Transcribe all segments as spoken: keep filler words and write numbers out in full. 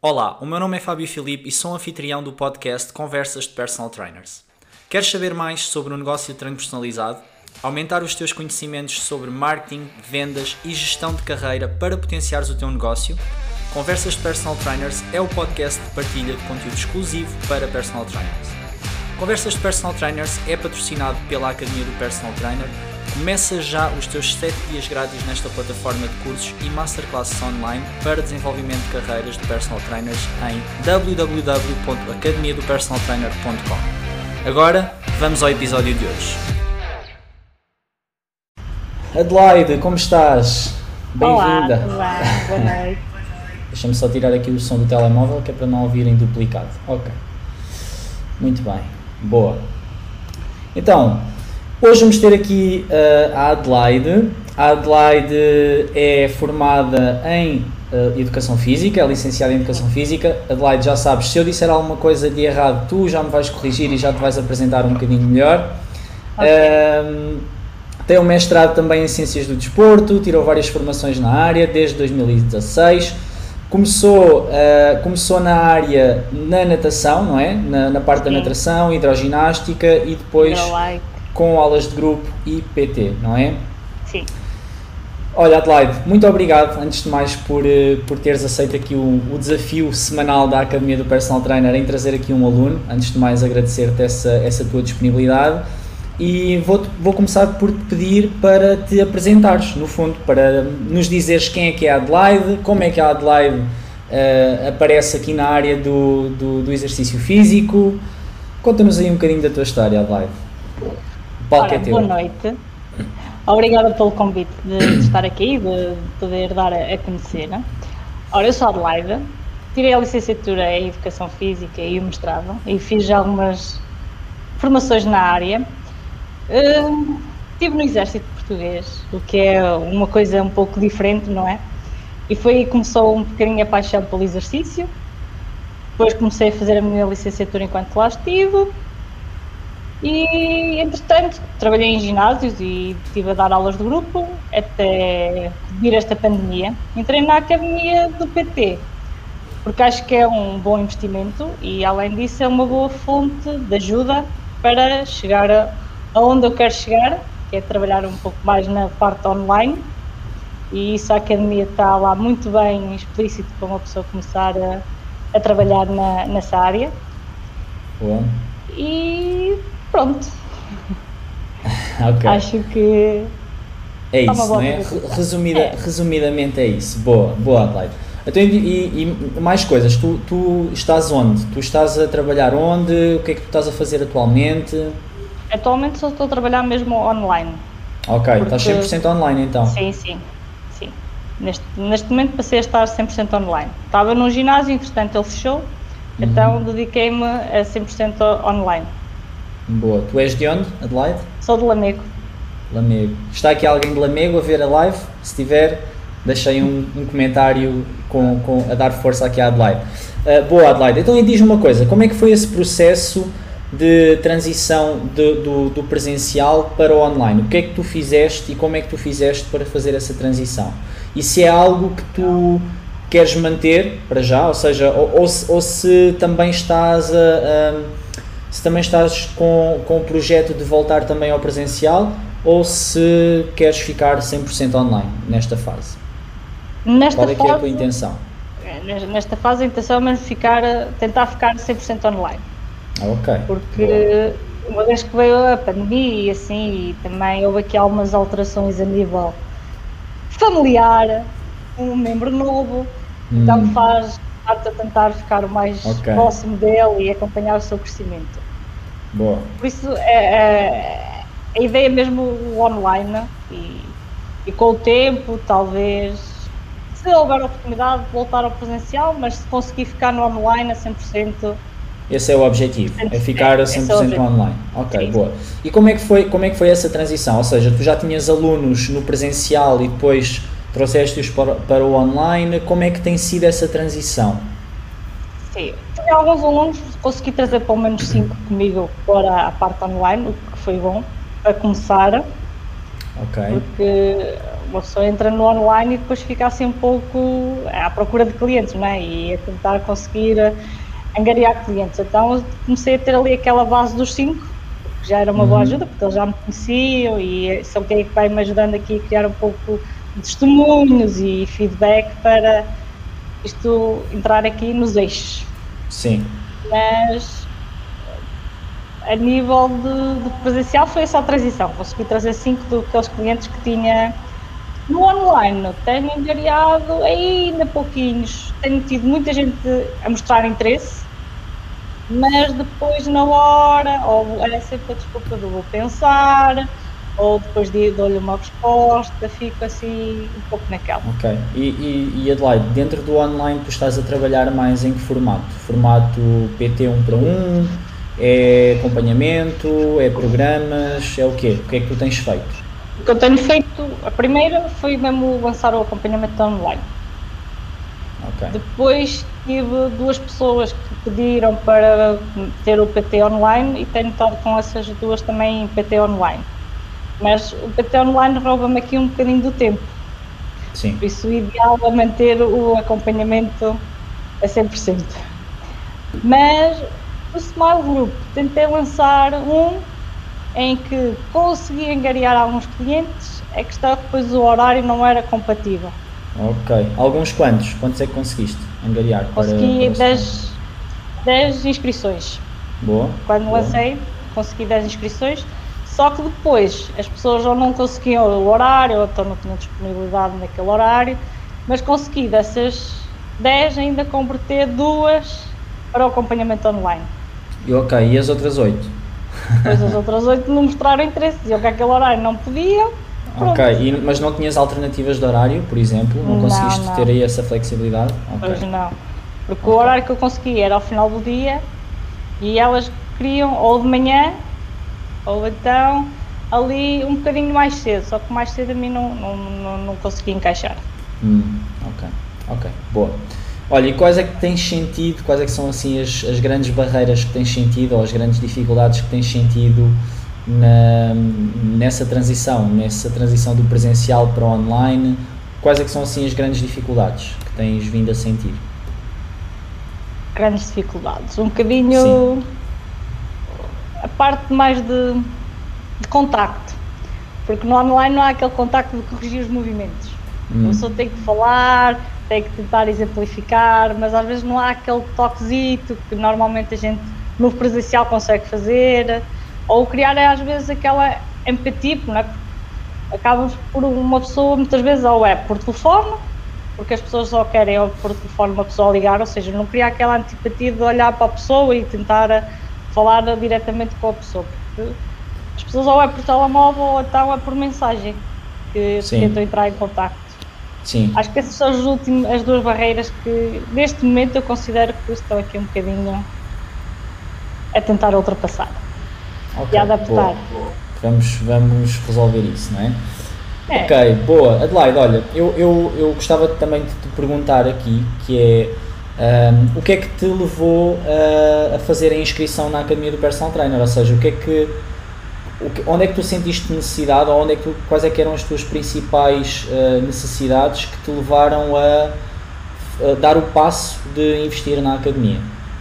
Olá, o meu nome é Fábio Filipe e sou um anfitrião do podcast Conversas de Personal Trainers. Queres saber mais sobre o negócio de treino personalizado? Aumentar os teus conhecimentos sobre marketing, vendas e gestão de carreira para potenciares o teu negócio? Conversas de Personal Trainers é o podcast de partilha de conteúdo exclusivo para Personal Trainers. Conversas de Personal Trainers é patrocinado pela Academia do Personal Trainer. Começa já os teus sete dias grátis nesta plataforma de cursos e masterclasses online para desenvolvimento de carreiras de personal trainers em w w w ponto academia do personal trainer ponto com. Agora, vamos ao episódio de hoje. Adelaide, como estás? Bem-vinda. Olá, boa noite. Deixa-me só tirar aqui o som do telemóvel, que é para não ouvirem duplicado. Ok. Muito bem. Boa. Então, hoje vamos ter aqui uh, a Adelaide. A Adelaide é formada em uh, Educação Física, é licenciada em Educação Física. Adelaide, já sabes, se eu disser alguma coisa de errado, tu já me vais corrigir e já te vais apresentar um bocadinho melhor. Okay. Uh, tem um mestrado também em Ciências do Desporto, tirou várias formações na área desde dois mil e dezasseis. Começou, uh, começou na área na natação, não é? Na, na parte Sim. da natação, hidroginástica e depois like. com aulas de grupo e P T, não é? Sim. Olha, Adelaide, muito obrigado, antes de mais, por, por teres aceito aqui o, o desafio semanal da Academia do Personal Trainer em trazer aqui um aluno. Antes de mais, agradecer-te essa, essa tua disponibilidade e vou, vou começar por te pedir para te apresentares, no fundo, para nos dizeres quem é que é a Adelaide, como é que a Adelaide uh, aparece aqui na área do, do, do exercício físico. Conta-nos aí um bocadinho da tua história, Adelaide. Ora, boa noite. Obrigada pelo convite de, de estar aqui, de poder dar a, a conhecer. Ora, eu sou a Adelaide, tirei a licenciatura em Educação Física e o mestrado e fiz já algumas formações na área. Uh, estive no Exército Português, o que é uma coisa um pouco diferente, não é? E foi aí que começou um bocadinho a paixão pelo exercício. Depois comecei a fazer a minha licenciatura enquanto lá estive. E, entretanto, trabalhei em ginásios e estive a dar aulas de grupo até vir esta pandemia. Entrei na Academia do P T, porque acho que é um bom investimento e, além disso, é uma boa fonte de ajuda para chegar a, aonde eu quero chegar, que é trabalhar um pouco mais na parte online. E isso a Academia está lá muito bem explícito para uma pessoa começar a, a trabalhar na, nessa área. Bom. E pronto. Okay. Acho que é isso, não é? Resumida, é? Resumidamente é isso. Boa, boa, Adelaide. Então, e, e mais coisas, tu, tu estás onde? Tu estás a trabalhar onde? O que é que tu estás a fazer atualmente? Atualmente só estou a trabalhar mesmo online. Ok, porque... estás cem por cento online então? Sim, sim, sim. Neste, neste momento passei a estar cem por cento online. Estava num ginásio, entretanto ele fechou, uhum. Então dediquei-me a cem por cento online. Boa. Tu és de onde, Adelaide? Sou de Lamego. Lamego. Está aqui alguém de Lamego a ver a live? Se tiver, deixei um, um comentário com, com, a dar força aqui à Adelaide. Uh, boa, Adelaide. Então, e diz-me uma coisa, como é que foi esse processo de transição de, do, do presencial para o online? O que é que tu fizeste e como é que tu fizeste para fazer essa transição? E se é algo que tu queres manter para já, ou seja, ou, ou, se, ou se também estás a... a se também estás com, com o projeto de voltar também ao presencial ou se queres ficar cem por cento online nesta fase? Nesta Qual é que fase, é a tua intenção? Nesta fase a intenção é mesmo ficar, tentar ficar cem por cento online. Ah, ok. Porque Boa. Uma vez que veio a pandemia e assim, e também houve aqui algumas alterações a nível familiar, um membro novo, hum. então faz parte a tentar ficar o mais okay. próximo dele e acompanhar o seu crescimento. Boa. Por isso, é, é, a ideia é mesmo o online e, e com o tempo, talvez, se houver oportunidade de voltar ao presencial, mas se conseguir ficar no online a cem por cento... Esse é o objetivo, é ficar a cem por cento é online. Ok, sim. Boa. E como é, que foi, como é que foi essa transição? Ou seja, tu já tinhas alunos no presencial e depois trouxeste-os para, para o online, como é que tem sido essa transição? Sim, tinha alguns alunos, consegui trazer pelo menos cinco comigo para a parte online, o que foi bom, para começar, okay. porque uma pessoa entra no online e depois fica assim um pouco à procura de clientes, não é? E a tentar conseguir angariar clientes. Então comecei a ter ali aquela base dos cinco, que já era uma boa ajuda, porque eles já me conheciam e são quem é que vai me ajudando aqui a criar um pouco de testemunhos e feedback para isto entrar aqui nos eixos. Sim. Mas a nível de, de presencial foi essa a transição. Consegui trazer cinco daqueles clientes que tinha no online. Tenho angariado ainda pouquinhos. Tenho tido muita gente a mostrar interesse, mas depois na hora, ou era sempre a desculpa do vou pensar, ou depois de dou-lhe uma resposta, fico assim um pouco naquela. Ok. E, e, e Adelaide, dentro do online tu estás a trabalhar mais em que formato? Formato P T um para um? É acompanhamento? É programas? É o quê? O que é que tu tens feito? O que eu tenho feito, a primeira foi mesmo lançar o acompanhamento online. Okay. Depois tive duas pessoas que pediram para ter o P T online e tenho estado com essas duas também em P T online. Mas o P T online rouba-me aqui um bocadinho do tempo. Sim. Por isso o ideal é manter o acompanhamento a cem por cento. Mas o Smile Group tentei lançar um em que consegui angariar alguns clientes, é que está depois o horário não era compatível. Ok. Alguns quantos? Quantos é que conseguiste angariar? Consegui dez, dez inscrições. Boa. Quando boa. lancei, consegui dez inscrições, só que depois as pessoas ou não conseguiam o horário, ou então não tinham disponibilidade naquele horário, mas consegui dessas dez ainda converter duas para o acompanhamento online. E ok, e as outras oito? Depois as outras oito não mostraram interesse, diziam que aquele horário não podiam. Pronto. Ok, e, mas não tinhas alternativas de horário, por exemplo? Não, não conseguiste não. ter aí essa flexibilidade? Okay. Pois não, porque okay. o horário que eu consegui era ao final do dia e elas queriam ou de manhã ou então ali um bocadinho mais cedo, só que mais cedo a mim não, não, não, não consegui encaixar. Hum, ok, ok, boa. Olha, e quais é que tens sentido, quais é que são assim as, as grandes barreiras que tens sentido ou as grandes dificuldades que tens sentido na, nessa transição, nessa transição do presencial para o online? Quais é que são assim as grandes dificuldades que tens vindo a sentir? Grandes dificuldades, um bocadinho Sim. a parte mais de, de contacto, porque no online não há aquele contacto de corrigir os movimentos. Hum. A pessoa tem que falar, tem que tentar exemplificar, mas às vezes não há aquele toquezito que normalmente a gente no presencial consegue fazer, ou criar às vezes aquela empatia, não é? Acabamos por uma pessoa muitas vezes ou é por telefone, porque as pessoas só querem ou por telefone uma pessoa ligar, ou seja, não criar aquela antipatia de olhar para a pessoa e tentar falar diretamente com a pessoa, porque as pessoas ou é por telemóvel ou então é por mensagem que Sim. tentam entrar em contacto. Sim. Acho que essas são as, últimas, as duas barreiras que neste momento eu considero que estão aqui um bocadinho a tentar ultrapassar okay, e a adaptar. Boa. Vamos, vamos resolver isso, não é? é? Ok, boa. Adelaide, olha, eu, eu, eu gostava também de te perguntar aqui, que é um, o que é que te levou a, a fazer a inscrição na Academia do Personal Trainer, ou seja, o que é que onde é que tu sentiste necessidade ou onde é que tu, quais é que eram as tuas principais uh, necessidades que te levaram a, a dar o passo de investir na academia?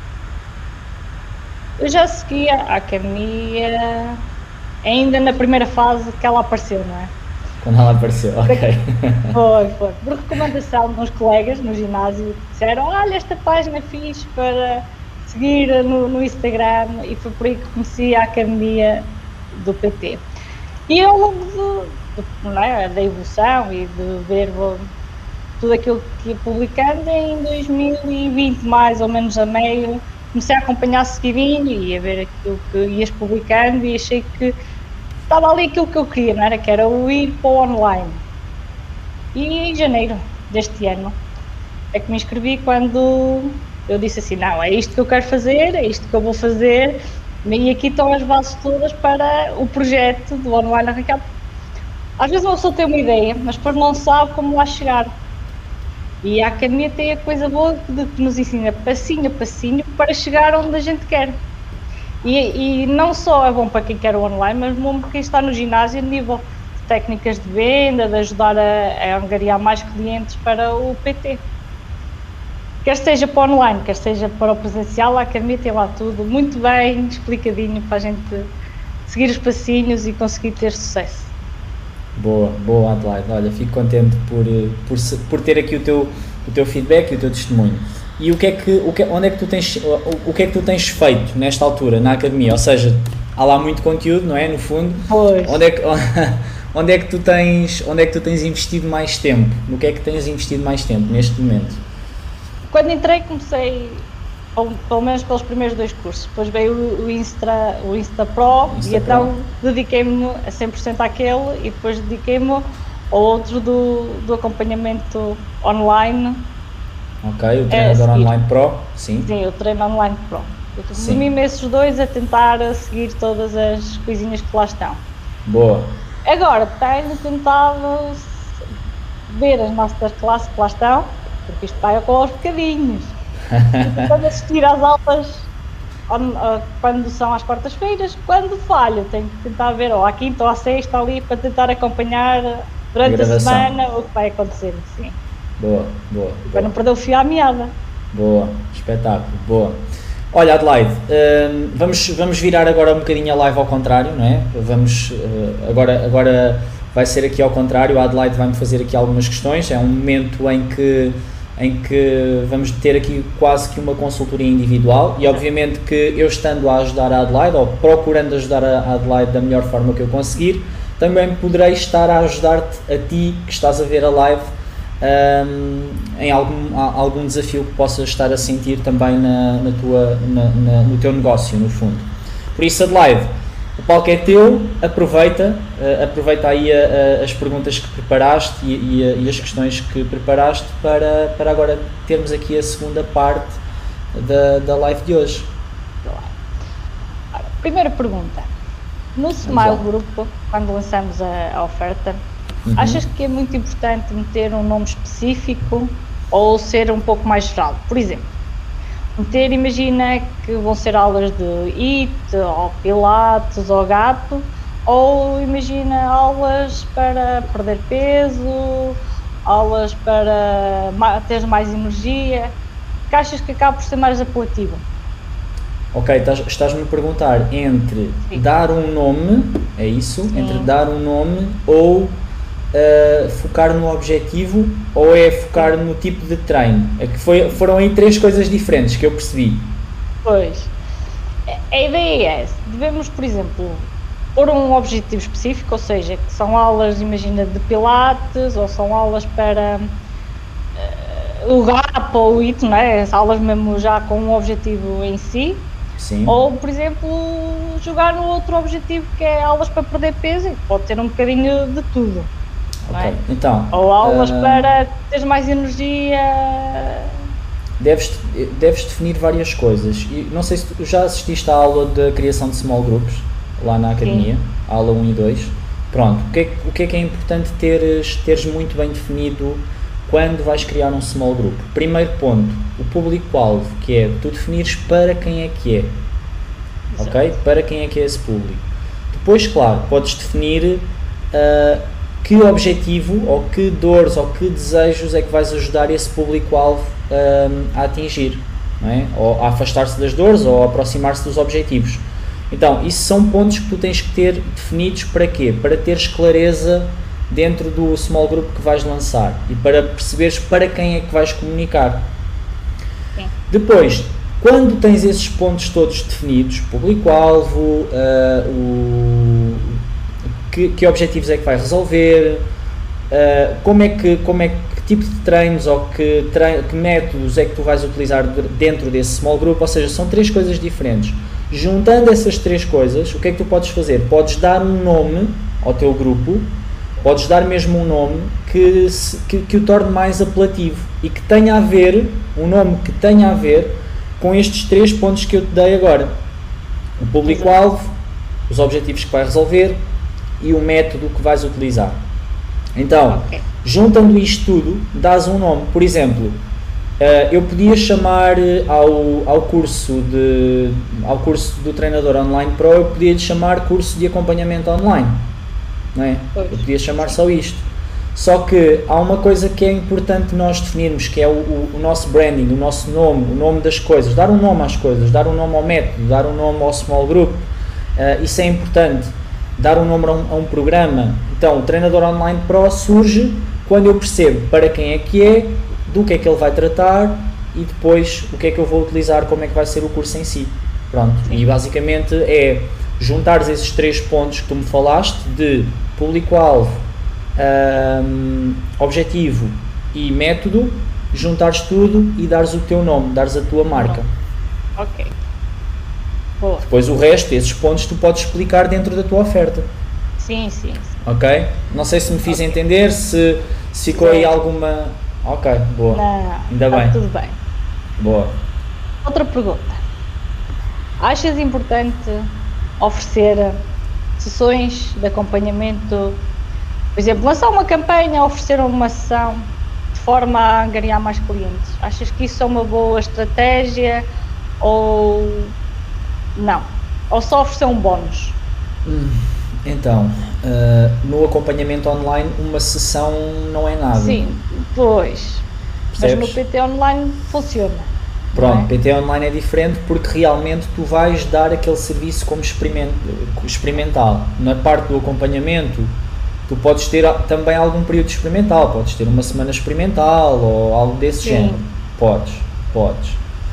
Eu já seguia a academia ainda na primeira fase que ela apareceu, não é? Quando ela apareceu, ok. Foi, foi. Por recomendação de uns colegas no ginásio que disseram, olha, esta página é fixe para seguir no, no Instagram, e foi por aí que conheci a academia do P T. E ao longo de, de, não é, da evolução e de ver tudo aquilo que ia publicando, em dois mil e vinte, mais ou menos a meio, comecei a acompanhar seguidinho e a ver aquilo que ias publicando e achei que estava ali aquilo que eu queria, não era? Que era o ir para o online. E em janeiro deste ano é que me inscrevi, quando eu disse assim, não, é isto que eu quero fazer, é isto que eu vou fazer. E aqui estão as bases todas para o projeto do online arrancar. Às vezes uma pessoa tem uma ideia, mas depois não sabe como lá chegar. E a academia tem a coisa boa de que nos ensina passinho a passinho para chegar onde a gente quer. E, e não só é bom para quem quer o online, mas bom para quem está no ginásio a nível de técnicas de venda, de ajudar a, a angariar mais clientes para o P T. Quer seja para o online, quer seja para o presencial, a academia tem lá tudo muito bem explicadinho para a gente seguir os passinhos e conseguir ter sucesso. Boa, boa Adelaide, olha, fico contente por, por, por ter aqui o teu, o teu feedback e o teu testemunho. E o que é que, o que, onde é que tu tens, o que é que tu tens feito nesta altura na academia? Ou seja, há lá muito conteúdo, não é? No fundo, pois. Onde é que, onde é que tu tens, onde é que tu tens investido mais tempo? No que é que tens investido mais tempo neste momento? Quando entrei comecei, pelo, pelo menos pelos primeiros dois cursos, depois veio o, o, Insta, o Insta Pro Insta e Pro. Então dediquei-me a cem por cento àquele e depois dediquei-me ao outro do, do acompanhamento online. Ok, o treinador é, online Pro, sim. Sim, o treino online Pro. Eu resumi-me esses dois a tentar seguir todas as coisinhas que lá estão. Boa. Agora, tenho tentado ver as masterclasses que lá estão, porque isto vai aos bocadinhos. Tentando assistir às aulas quando são às quartas-feiras, quando falho, tenho que tentar ver ou à quinta ou à sexta ali para tentar acompanhar durante a, a semana o que vai acontecer. Sim. Boa, boa. Para boa. não perder o fio à meada. Boa, espetáculo, boa. Olha, Adelaide, uh, vamos, vamos virar agora um bocadinho a live ao contrário, não é? Vamos, uh, agora, agora vai ser aqui ao contrário, a Adelaide vai-me fazer aqui algumas questões, é um momento em que, em que vamos ter aqui quase que uma consultoria individual e obviamente que eu estando a ajudar a Adelaide, ou procurando ajudar a Adelaide da melhor forma que eu conseguir, também poderei estar a ajudar-te a ti que estás a ver a live Um, em algum, algum desafio que possas estar a sentir também na, na tua, na, na, no teu negócio, no fundo. Por isso, Adelaide, o palco é teu, aproveita, uh, aproveita aí a, a, as perguntas que preparaste e, e, a, e as questões que preparaste para, para agora termos aqui a segunda parte da, da live de hoje. Primeira pergunta, no Smile Group, quando lançamos a, a oferta, Uhum. achas que é muito importante meter um nome específico ou ser um pouco mais geral? Por exemplo, meter, imagina que vão ser aulas de I T, ou Pilates, ou Gato, ou imagina aulas para perder peso, aulas para ter mais energia, que achas que acaba por ser mais apelativo? Ok, estás, estás-me a perguntar entre Sim. dar um nome, é isso? Sim. Entre dar um nome ou Uh, focar no objetivo ou é focar no tipo de treino? É que foi, foram aí três coisas diferentes que eu percebi. Pois, a ideia é essa. Devemos, por exemplo, pôr um objetivo específico, ou seja, que são aulas, imagina, de Pilates ou são aulas para uh, o GAP ou o I T, não é? As aulas mesmo já com um objetivo em si. Sim. Ou, por exemplo, jogar no outro objetivo que é aulas para perder peso, que pode ter um bocadinho de tudo. Okay. É? Então, ou aulas uh, para teres mais energia. Deves, deves definir várias coisas. E não sei se tu já assististe à aula de criação de small groups lá na academia, a aula um e dois. Pronto, o que é, o que é que é importante teres, teres muito bem definido quando vais criar um small group? Primeiro ponto, o público-alvo, que é tu definires para quem é que é. Exato. Ok? Para quem é que é esse público. Depois, claro, podes definir uh, que objetivo, ou que dores, ou que desejos é que vais ajudar esse público-alvo um, a atingir, não é? Ou a afastar-se das dores, ou a aproximar-se dos objetivos. Então, isso são pontos que tu tens que ter definidos para quê? Para teres clareza dentro do small group que vais lançar e para perceberes para quem é que vais comunicar. Sim. Depois, quando tens esses pontos todos definidos, público-alvo, uh, o Que, que objetivos é que vai resolver, uh, como é que, como é que, que tipo de treinos ou que, trein, que métodos é que tu vais utilizar dentro desse small group, ou seja, são três coisas diferentes. Juntando essas três coisas, o que é que tu podes fazer? Podes dar um nome ao teu grupo, podes dar mesmo um nome que, que, que o torne mais apelativo e que tenha a ver, um nome que tenha a ver com estes três pontos que eu te dei agora. O público-alvo, os objetivos que vai resolver e o método que vais utilizar. Então, okay. juntando isto tudo, dás um nome. Por exemplo, uh, eu podia chamar ao, ao, curso de, ao curso do treinador online Pro, eu podia lhe chamar curso de acompanhamento online. não é? Pois. Eu podia chamar só isto. Só que há uma coisa que é importante nós definirmos, que é o, o, o nosso branding, o nosso nome, o nome das coisas, dar um nome às coisas, dar um nome ao método, dar um nome ao small group, uh, isso é importante, dar um nome a um, a um programa. Então, o Treinador Online Pro surge quando eu percebo para quem é que é, do que é que ele vai tratar e depois o que é que eu vou utilizar, como é que vai ser o curso em si. Pronto, sim. E basicamente é juntares esses três pontos que tu me falaste de público-alvo, Um, objetivo e método, juntares tudo e dares o teu nome, dares a tua marca. Ok. Boa. Depois o resto, esses pontos tu podes explicar dentro da tua oferta. Sim, sim. sim. Ok? Não sei se me fiz okay. entender, se, se ficou sim. aí alguma... Ok, boa. Não, ainda está bem. Tudo bem. Boa. Outra pergunta. Achas importante oferecer sessões de acompanhamento? Por exemplo, lançar uma campanha, oferecer uma sessão de forma a angariar mais clientes. Achas que isso é uma boa estratégia ou não? Ou só oferecer um bónus? Hum, então, uh, no acompanhamento online uma sessão não é nada. Sim, pois. Percebes? Mas no P T online funciona. Pronto, é? P T online é diferente porque realmente tu vais dar aquele serviço como experimental. Na parte do acompanhamento tu podes ter também algum período experimental, podes ter uma semana experimental ou algo desse Sim. género, podes, podes.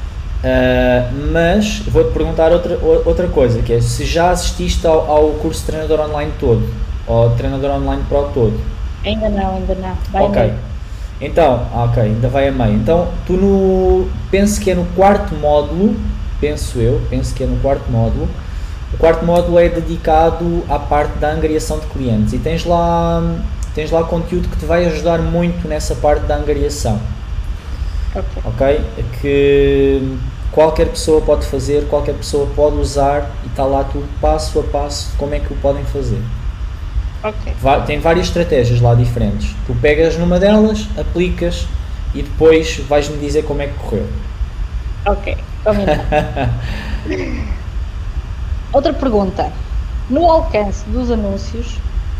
Uh, mas vou-te perguntar outra, outra coisa, que é se já assististe ao, ao curso de Treinador Online todo, ou Treinador Online Pro todo? Ainda não, ainda não, vai Ok, meio. Então, ok, ainda vai a meio. Então, tu no, penso que é no quarto módulo, penso eu, penso que é no quarto módulo. O quarto módulo é dedicado à parte da angariação de clientes e tens lá, tens lá conteúdo que te vai ajudar muito nessa parte da angariação. Ok. Ok? Que qualquer pessoa pode fazer, qualquer pessoa pode usar e está lá tudo passo a passo de como é que o podem fazer. Ok. Tem várias estratégias lá diferentes. Tu pegas numa delas, aplicas e depois vais-me dizer como é que correu. Ok, combinado. Outra pergunta, no alcance dos anúncios,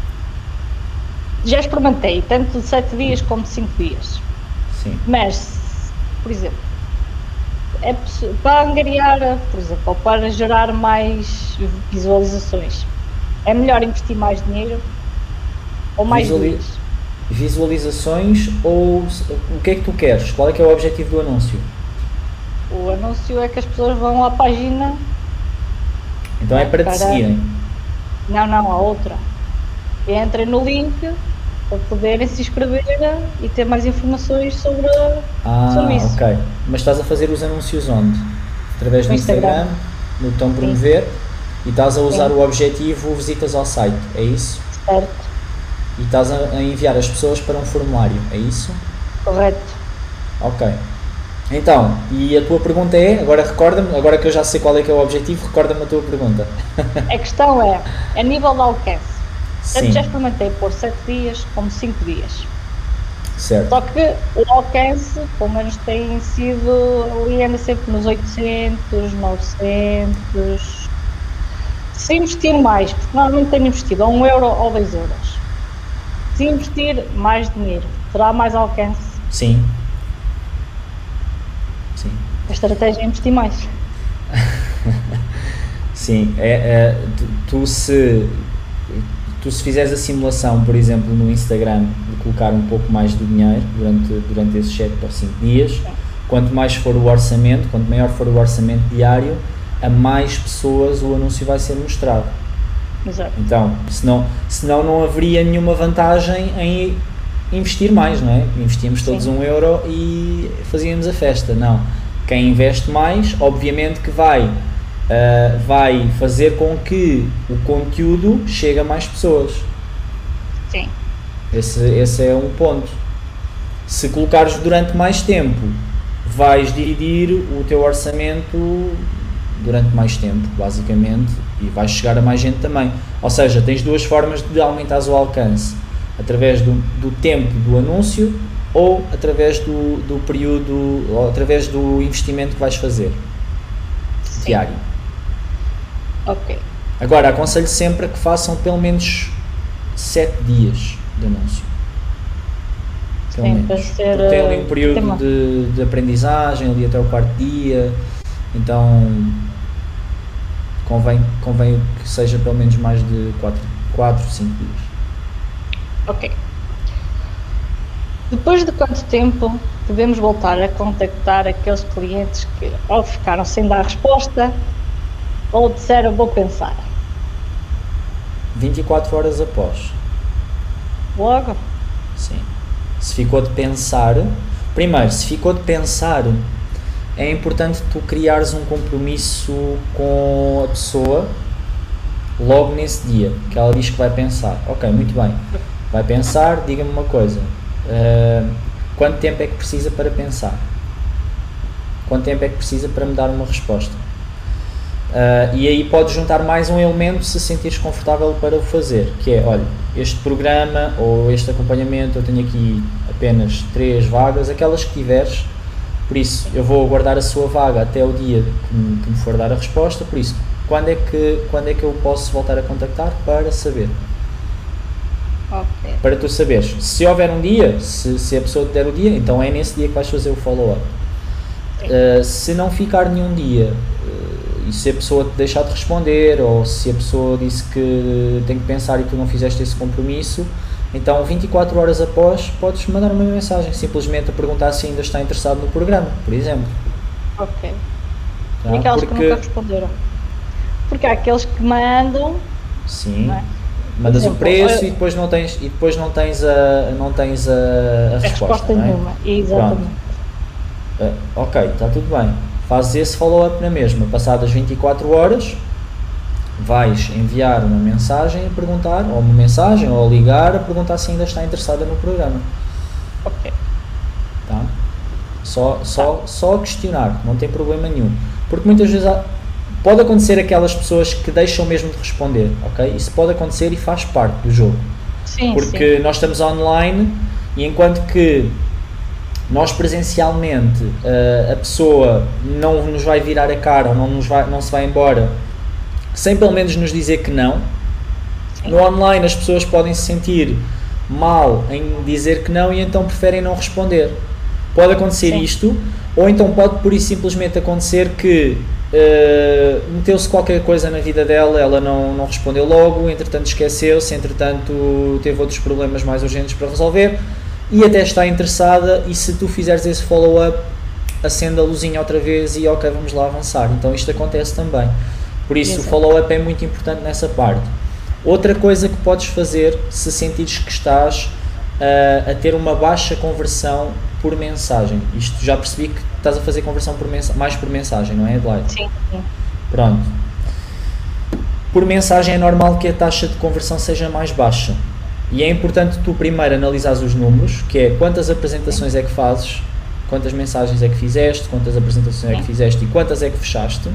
já experimentei tanto de sete dias como de cinco dias, Sim. mas, por exemplo, é para angariar, por exemplo, ou para gerar mais visualizações, é melhor investir mais dinheiro ou mais Visuali- dias? Visualizações ou o que é que tu queres? Qual é que é o objetivo do anúncio? O anúncio é que as pessoas vão à página. Então é para, para... te seguirem? Não, não, a outra. Entrem no link para poderem se inscrever e ter mais informações sobre ah, o serviço. Ok. Mas estás a fazer os anúncios onde? Através do Instagram, Instagram no botão promover, Sim. e estás a usar Sim. o objetivo visitas ao site, é isso? Certo. E estás a enviar as pessoas para um formulário, é isso? Correto. Ok. Então, e a tua pergunta é, agora recorda-me, agora que eu já sei qual é que é o objetivo, recorda-me a tua pergunta. A questão é, a nível de alcance, Sim. tanto já experimentei por sete dias como cinco dias. Certo. Só que o alcance, pelo menos tem sido, ali anda sempre nos oitocentos, novecentos. Se investir mais, porque normalmente tenho investido a um euro ou dois euros. Se investir mais dinheiro, terá mais alcance? Sim. Sim. A estratégia é investir mais. Sim, é, é, tu, tu, se, tu se fizeres a simulação, por exemplo, no Instagram, de colocar um pouco mais de dinheiro durante, durante esses sete ou cinco dias, Sim. quanto mais for o orçamento, quanto maior for o orçamento diário, a mais pessoas o anúncio vai ser mostrado. Exato. Então, senão, senão não haveria nenhuma vantagem em investir mais, não é? Investíamos todos Sim. um euro e fazíamos a festa. Não. Quem investe mais, obviamente que vai, uh, vai fazer com que o conteúdo chegue a mais pessoas. Sim. Esse, esse é um ponto. Se colocares durante mais tempo, vais dividir o teu orçamento durante mais tempo, basicamente, e vais chegar a mais gente também. Ou seja, tens duas formas de aumentar o alcance. Através do, do tempo do anúncio ou através do, do período, ou através do investimento que vais fazer Sim. diário. Ok. Agora, aconselho sempre que façam pelo menos sete dias de anúncio. Pelo Sim, menos. para ser, Porque tem ali um período uma... de, de aprendizagem, ali até o quarto dia, então convém, convém que seja pelo menos mais de quatro, cinco dias. Ok. Depois de quanto tempo devemos voltar a contactar aqueles clientes que ou ficaram sem dar resposta ou disseram vou pensar? vinte e quatro horas após. Logo? Sim. Se ficou de pensar, primeiro, se ficou de pensar, é importante tu criares um compromisso com a pessoa logo nesse dia, que ela diz que vai pensar. Ok, muito bem, vai pensar, diga-me uma coisa, uh, quanto tempo é que precisa para pensar? Quanto tempo é que precisa para me dar uma resposta? Uh, e aí podes juntar mais um elemento se sentires confortável para o fazer, que é, olha, este programa ou este acompanhamento eu tenho aqui apenas três vagas, aquelas que tiveres, por isso eu vou guardar a sua vaga até o dia que me, que me for dar a resposta, por isso, quando é, que, quando é que eu posso voltar a contactar para saber? Okay. Para tu saberes, se houver um dia, se, se a pessoa te der o dia, então é nesse dia que vais fazer o follow-up. Uh, se não ficar nenhum dia, e se a pessoa te deixar de responder, ou se a pessoa disse que tem que pensar e tu não fizeste esse compromisso, então vinte e quatro horas após podes mandar uma mensagem, simplesmente a perguntar se ainda está interessado no programa, por exemplo. Ok. Tá? E aquelas Porque... que nunca responderam? Porque há aqueles que mandam... Sim, não é? mandas exemplo, o preço eu... e depois não tens, e depois não tens a, não tens a, a, a resposta, resposta não é? nenhuma, exatamente. Uh, ok, está tudo bem. Fazes esse follow-up na mesma, passadas vinte e quatro horas, vais enviar uma mensagem a perguntar, ou uma mensagem, ou a ligar a perguntar se ainda está interessada no programa. Ok. Tá? Só, só, tá. Só questionar, não tem problema nenhum. Porque muitas vezes há, pode acontecer aquelas pessoas que deixam mesmo de responder, ok? Isso pode acontecer e faz parte do jogo. Sim, porque sim. Nós estamos online e enquanto que nós presencialmente uh, a pessoa não nos vai virar a cara ou não, nos vai, não se vai embora sem pelo menos nos dizer que não. Sim. No online as pessoas podem se sentir mal em dizer que não e então preferem não responder. Pode acontecer Sim. isto, ou então pode por isso simplesmente acontecer que uh, meteu-se qualquer coisa na vida dela, ela não, não respondeu logo, entretanto esqueceu-se, entretanto teve outros problemas mais urgentes para resolver e até está interessada, e se tu fizeres esse follow-up, acende a luzinha outra vez e ok, vamos lá avançar. Então isto acontece também. Por isso Exato. O follow-up é muito importante nessa parte. Outra coisa que podes fazer, se sentires que estás uh, a ter uma baixa conversão por mensagem. Isto já percebi que estás a fazer conversão por mens- mais por mensagem, não é, Adelaide? Sim, sim. Pronto. Por mensagem é normal que a taxa de conversão seja mais baixa. E é importante tu primeiro analisares os números, que é quantas apresentações é que fazes, quantas mensagens é que fizeste, quantas apresentações é que fizeste e quantas é que fechaste.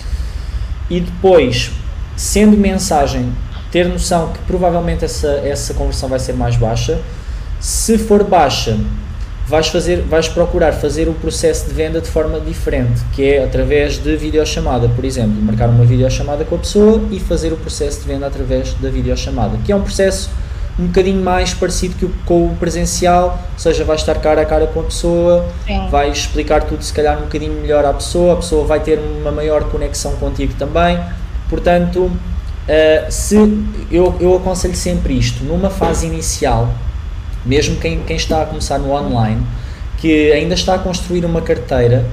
E depois, sendo mensagem, ter noção que provavelmente essa, essa conversão vai ser mais baixa. Se for baixa, vais, fazer, vais procurar fazer o processo de venda de forma diferente, que é através de videochamada, por exemplo, marcar uma videochamada com a pessoa e fazer o processo de venda através da videochamada, que é um processo um bocadinho mais parecido que o, com o presencial, ou seja, vais estar cara a cara com a pessoa, Sim. vais explicar tudo se calhar um bocadinho melhor à pessoa, a pessoa vai ter uma maior conexão contigo também, portanto, uh, se, eu, eu aconselho sempre isto, numa fase inicial, mesmo quem, quem está a começar no online, que ainda está a construir uma carteira,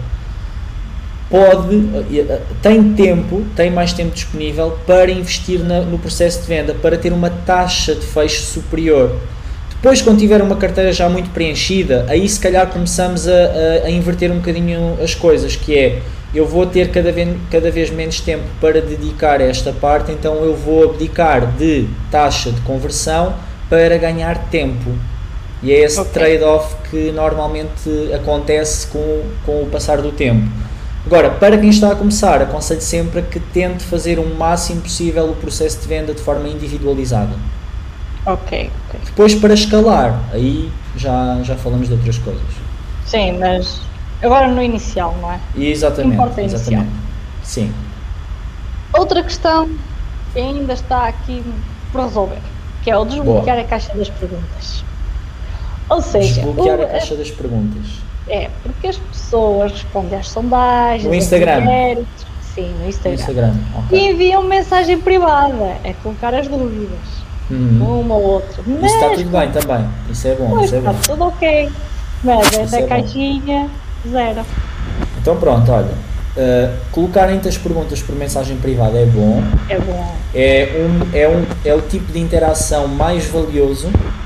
pode, tem tempo, tem mais tempo disponível para investir na, no processo de venda, para ter uma taxa de fecho superior. Depois, quando tiver uma carteira já muito preenchida, aí se calhar começamos a, a, a inverter um bocadinho as coisas, que é, eu vou ter cada vez, cada vez menos tempo para dedicar a esta parte, então eu vou abdicar de taxa de conversão para ganhar tempo. E é esse okay. trade-off que normalmente acontece com, com o passar do tempo. Agora, para quem está a começar, aconselho sempre que tente fazer o máximo possível o processo de venda de forma individualizada. Ok, ok. Depois, para escalar, aí já, já falamos de outras coisas. Sim, mas agora no inicial, não é? Exatamente. Importa exatamente. Inicial. Sim. Outra questão que ainda está aqui por resolver. que é o desbloquear Boa. a caixa das perguntas. Ou seja, desbloquear o, a caixa das perguntas. É, porque as pessoas respondem às sondagens, no Instagram. Inquéritos, sim, no Instagram. No Instagram. Okay. E enviam mensagem privada, é colocar as dúvidas. Uhum. Uma ou outra. Mas, isso está tudo bem também. Isso é bom. Pois, isso é está bom. tudo ok. Mas essa é caixinha, bom. Zero. Então pronto, olha. Uh, colocarem-te as perguntas por mensagem privada é bom. É bom. É, um, é, um, é o tipo de interação mais valioso,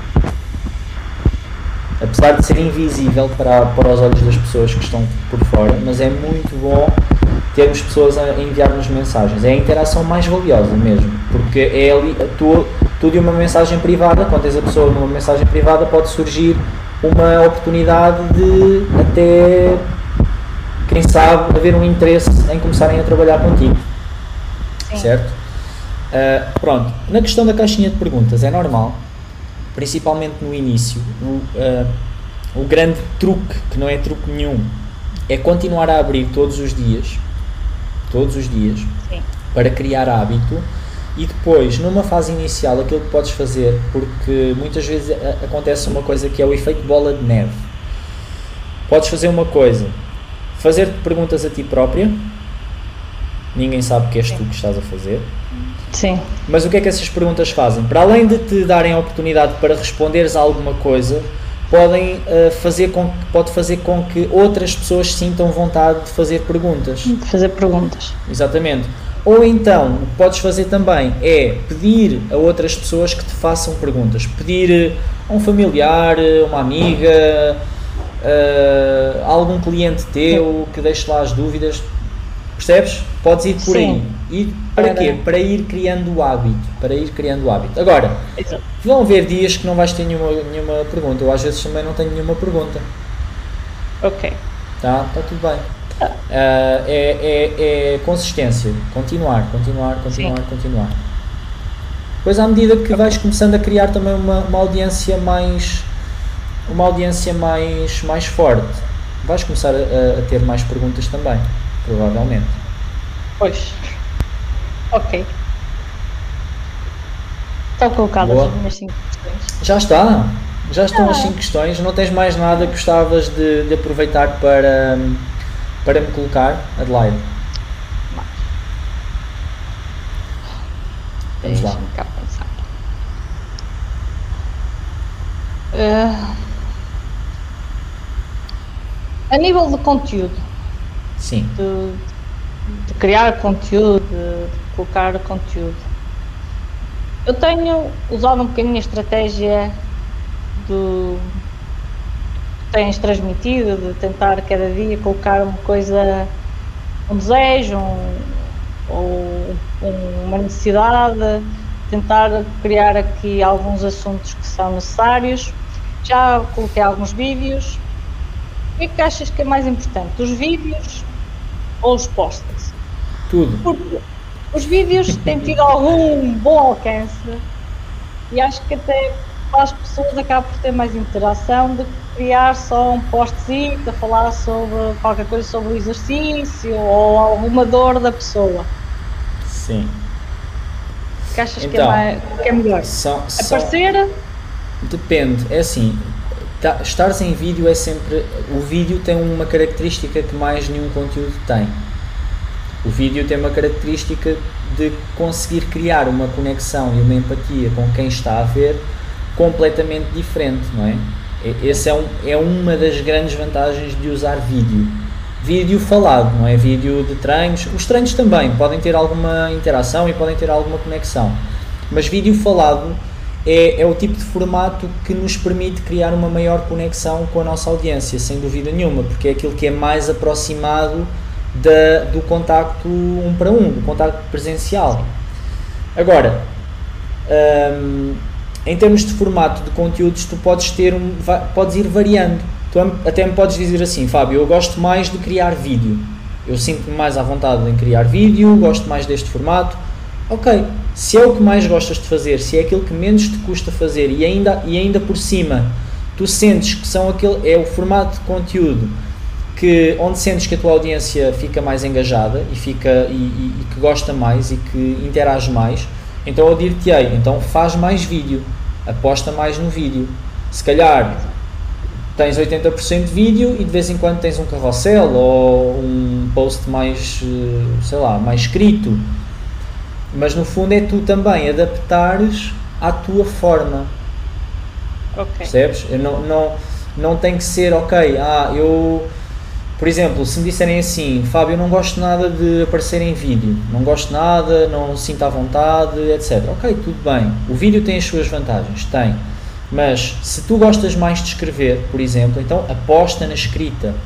apesar de ser invisível para, para os olhos das pessoas que estão por fora, mas é muito bom termos pessoas a enviar-nos mensagens. É a interação mais valiosa mesmo, porque é ali, tu, tu de uma mensagem privada, quando tens a pessoa numa mensagem privada, pode surgir uma oportunidade de até, quem sabe, haver um interesse em começarem a trabalhar contigo. Sim. Certo? Uh, pronto, na questão da caixinha de perguntas é normal, principalmente no início, o, uh, o grande truque, que não é truque nenhum, é continuar a abrir todos os dias, todos os dias, Sim. para criar hábito. E depois, numa fase inicial, aquilo que podes fazer, porque muitas vezes a, acontece uma coisa que é o efeito bola de neve. Podes fazer uma coisa, fazer-te perguntas a ti própria, ninguém sabe que és Sim. tu que estás a fazer. Sim. Mas o que é que essas perguntas fazem? Para além de te darem a oportunidade para responderes a alguma coisa, podem uh, fazer com que, pode fazer com que outras pessoas sintam vontade de fazer perguntas. De fazer perguntas. Exatamente. Ou então, o que podes fazer também é pedir a outras pessoas que te façam perguntas. Pedir a um familiar, uma amiga, a algum cliente teu que deixe lá as dúvidas. Percebes? Podes ir por Sim. aí. E para Era. quê? Para ir criando o hábito. Para ir criando o hábito. Agora, Exato. vão haver dias que não vais ter nenhuma, nenhuma pergunta. Eu às vezes também não tenho nenhuma pergunta. Ok. Tá? Está tudo bem. Uh, é, é, é consistência, continuar, continuar, continuar, Sim. continuar. Depois, à medida que vais começando a criar também uma, uma audiência mais uma audiência mais, mais forte, vais começar a, a ter mais perguntas também, provavelmente. Pois. Ok. Estão colocadas Boa. as minhas cinco questões. Já está, já estão ah. as cinco questões. Não tens mais nada que gostavas de, de aproveitar para Para me colocar, Adelaide? Vamos lá. Deixa-me cá pensar. Uh, a nível de conteúdo. Sim. De, de criar conteúdo, de, de colocar conteúdo. Eu tenho usado um bocadinho a estratégia do tens transmitido, de tentar cada dia colocar uma coisa, um desejo, um, ou uma necessidade, tentar criar aqui alguns assuntos que são necessários. Já coloquei alguns vídeos. O que é que achas que é mais importante, os vídeos ou os posts? Tudo. Porque os vídeos têm tido algum bom alcance e acho que até para as pessoas acaba por ter mais interação do que criar só um postzinho a falar sobre qualquer coisa sobre o exercício ou alguma dor da pessoa. Sim. Que achas então, que, é mais, que é melhor? Só, Aparecer? Só, depende, é assim, tá, estares em vídeo é sempre, o vídeo tem uma característica que mais nenhum conteúdo tem. O vídeo tem uma característica de conseguir criar uma conexão e uma empatia com quem está a ver completamente diferente, não é? Essa é, um, é uma das grandes vantagens de usar vídeo. Vídeo falado, não é? Vídeo de treinos. Os treinos também podem ter alguma interação e podem ter alguma conexão. Mas vídeo falado é, é o tipo de formato que nos permite criar uma maior conexão com a nossa audiência, sem dúvida nenhuma, porque é aquilo que é mais aproximado da, do contacto um para um, do contacto presencial. Agora, hum, em termos de formato de conteúdos, tu podes ter um, podes ir variando. Tu até me podes dizer assim, Fábio, eu gosto mais de criar vídeo. Eu sinto-me mais à vontade em criar vídeo, gosto mais deste formato. Ok, se é o que mais gostas de fazer, se é aquilo que menos te custa fazer e ainda, e ainda por cima tu sentes que são aquele, é o formato de conteúdo que, onde sentes que a tua audiência fica mais engajada e, fica, e, e, e que gosta mais e que interage mais, então eu dir-te-ei, então faz mais vídeo, aposta mais no vídeo. Se calhar tens oitenta por cento de vídeo e de vez em quando tens um carrossel ou um post mais, sei lá, mais escrito, mas no fundo é tu também adaptares à tua forma. Okay. Percebes? Eu não, não, não tem que ser, ok, ah, eu, por exemplo, se me disserem assim, Fábio, eu não gosto nada de aparecer em vídeo, não gosto nada, não sinto à vontade, etcétera. Ok, tudo bem, o vídeo tem as suas vantagens, tem, mas se tu gostas mais de escrever, por exemplo, então aposta na escrita.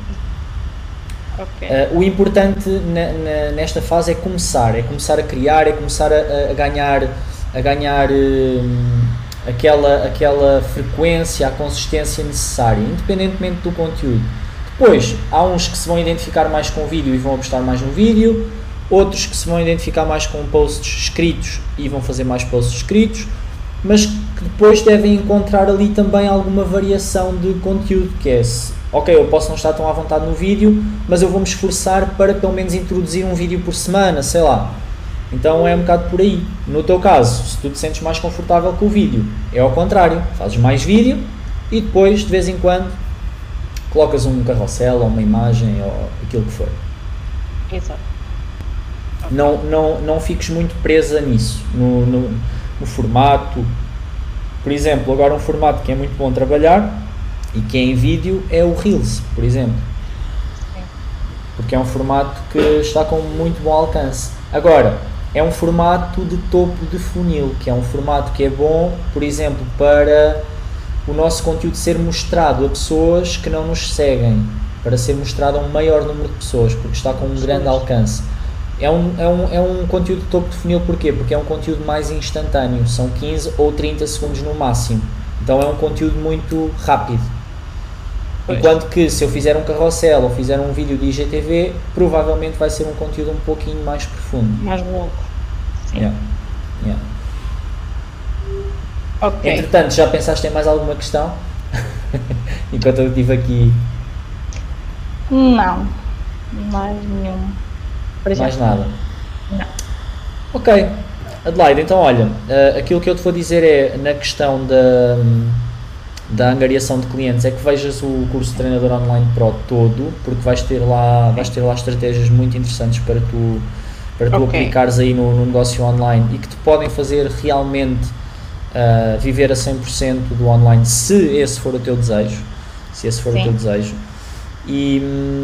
Okay. Uh, o importante na, na, nesta fase é começar, é começar a criar, é começar a, a ganhar, a ganhar uh, aquela, aquela frequência, a consistência necessária, independentemente do conteúdo. Depois, há uns que se vão identificar mais com o vídeo e vão apostar mais no vídeo, outros que se vão identificar mais com posts escritos e vão fazer mais posts escritos, mas que depois devem encontrar ali também alguma variação de conteúdo, que é, ok, eu posso não estar tão à vontade no vídeo, mas eu vou me esforçar para pelo menos introduzir um vídeo por semana, sei lá. Então é um bocado por aí. No teu caso, se tu te sentes mais confortável com o vídeo, é ao contrário, fazes mais vídeo e depois, de vez em quando, colocas um carrossel ou uma imagem ou aquilo que for. Exato. Não, não, não fiques muito presa nisso, no, no, no formato. Por exemplo, agora um formato que é muito bom trabalhar e que é em vídeo é o Reels, por exemplo. Sim. Porque é um formato que está com muito bom alcance. Agora, é um formato de topo de funil, que é um formato que é bom, por exemplo, para o nosso conteúdo ser mostrado a pessoas que não nos seguem, para ser mostrado a um maior número de pessoas, porque está com um grande alcance. É um, é, um, é um conteúdo de topo de funil, porquê? Porque é um conteúdo mais instantâneo, são quinze ou trinta segundos no máximo, então é um conteúdo muito rápido. Pois. Enquanto que se eu fizer um carrossel ou fizer um vídeo de I G T V, provavelmente vai ser um conteúdo um pouquinho mais profundo. Mais longo. Sim. Yeah. Yeah. Okay. Entretanto, já pensaste em mais alguma questão? Enquanto eu estive aqui. Não, mais nenhum. Mais nada? Não. Ok, Adelaide, então olha, uh, aquilo que eu te vou dizer é, na questão da, da angariação de clientes, é que vejas o curso de Treinador Online Pro todo, porque vais ter lá, vais ter lá estratégias muito interessantes para tu, para tu okay. aplicares aí no, no negócio online e que te podem fazer realmente uh, viver a cem por cento do online, se esse for o teu desejo, se esse for Sim. o teu desejo. E,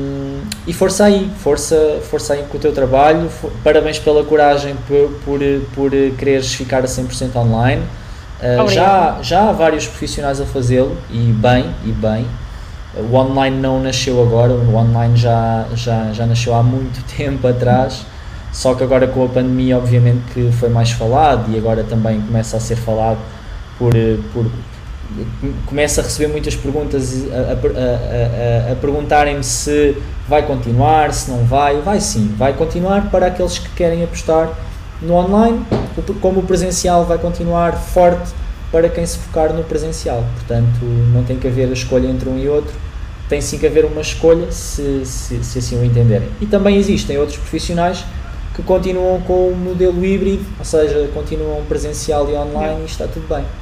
e força aí, força, força aí com o teu trabalho, for, parabéns pela coragem por, por, por quereres ficar a cem por cento online. Uh, já, já há vários profissionais a fazê-lo e bem, e bem. O online não nasceu agora, o online já, já, já nasceu há muito tempo atrás, só que agora com a pandemia obviamente que foi mais falado e agora também começa a ser falado por... por começo a receber muitas perguntas a, a, a, a perguntarem-me se vai continuar, se não vai. Vai sim, vai continuar para aqueles que querem apostar no online, como o presencial vai continuar forte para quem se focar no presencial. Portanto, não tem que haver a escolha entre um e outro, tem sim que haver uma escolha se, se, se assim o entenderem. E também existem outros profissionais que continuam com o modelo híbrido, ou seja, continuam presencial e online, e está tudo bem.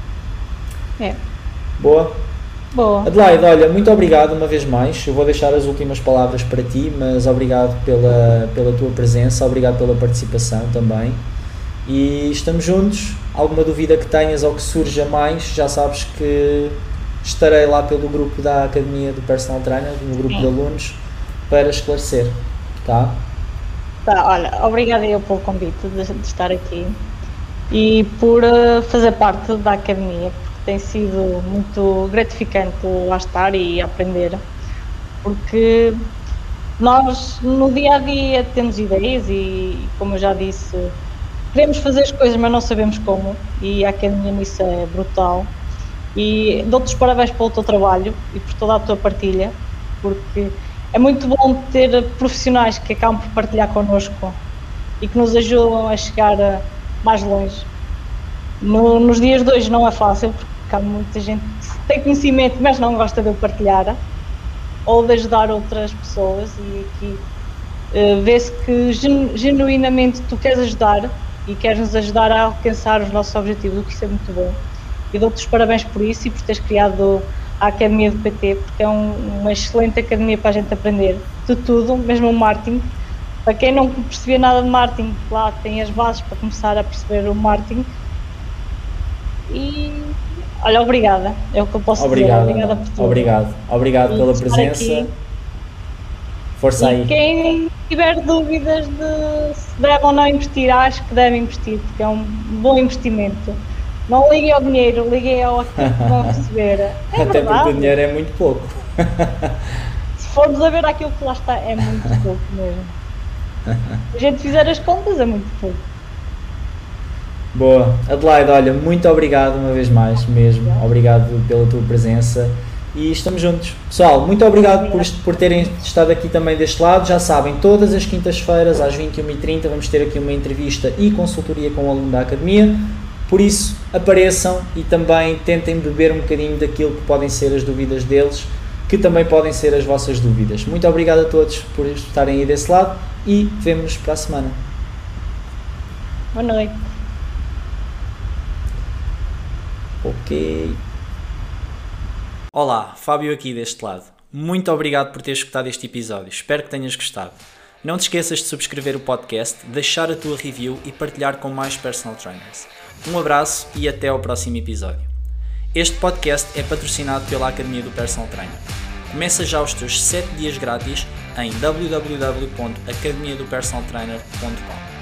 É. Boa? Boa. Adelaide, olha, muito obrigado uma vez mais. Eu vou deixar as últimas palavras para ti, mas obrigado pela, pela tua presença, obrigado pela participação também. E estamos juntos. Alguma dúvida que tenhas ou que surja mais, já sabes que estarei lá pelo grupo da Academia do Personal Trainer, no grupo Sim. de alunos, para esclarecer. Tá? Tá, olha, obrigada eu pelo convite de, de estar aqui e por uh, fazer parte da Academia. Tem sido muito gratificante lá estar e aprender, porque nós no dia a dia temos ideias e, como eu já disse, queremos fazer as coisas, mas não sabemos como, e a Academia nisso é brutal. E dou-te os parabéns pelo teu trabalho e por toda a tua partilha, porque é muito bom ter profissionais que acabam por partilhar connosco e que nos ajudam a chegar mais longe. No, nos dias de hoje não é fácil, porque há muita gente que tem conhecimento, mas não gosta de o partilhar ou de ajudar outras pessoas, e aqui uh, vê-se que genu, genuinamente tu queres ajudar e queres nos ajudar a alcançar os nossos objetivos, o que isso é muito bom. E dou-te os parabéns por isso e por teres criado a Academia do P T, porque é um, uma excelente academia para a gente aprender de tudo, mesmo o marketing. Para quem não percebia nada de marketing, lá tem as bases para começar a perceber o marketing. E olha, obrigada, é o que eu posso obrigado, dizer. Obrigada por tudo. Obrigado, obrigado pela presença. Aqui. Força e aí. Quem tiver dúvidas de se deve ou não investir, acho que deve investir, porque é um bom investimento. Não liguem ao dinheiro, liguem ao que vão receber. É Até verdade. porque o dinheiro é muito pouco. Se formos a ver aquilo que lá está, é muito pouco mesmo. Se a gente fizer as contas, é muito pouco. Boa. Adelaide, olha, muito obrigado uma vez mais, mesmo. Obrigado pela tua presença e estamos juntos. Pessoal, muito obrigado por, por terem estado aqui também deste lado. Já sabem, todas as quintas-feiras às vinte e uma e trinta vamos ter aqui uma entrevista e consultoria com um aluno da Academia. Por isso, apareçam e também tentem beber um bocadinho daquilo que podem ser as dúvidas deles, que também podem ser as vossas dúvidas. Muito obrigado a todos por estarem aí desse lado e vemo-nos para a semana. Boa noite. Ok. Olá, Fábio aqui deste lado. Muito obrigado por teres escutado este episódio. Espero que tenhas gostado. Não te esqueças de subscrever o podcast, deixar a tua review e partilhar com mais personal trainers. Um abraço e até ao próximo episódio. Este podcast é patrocinado pela Academia do Personal Trainer. Começa já os teus sete dias grátis em w w w ponto academia do personal trainer ponto com.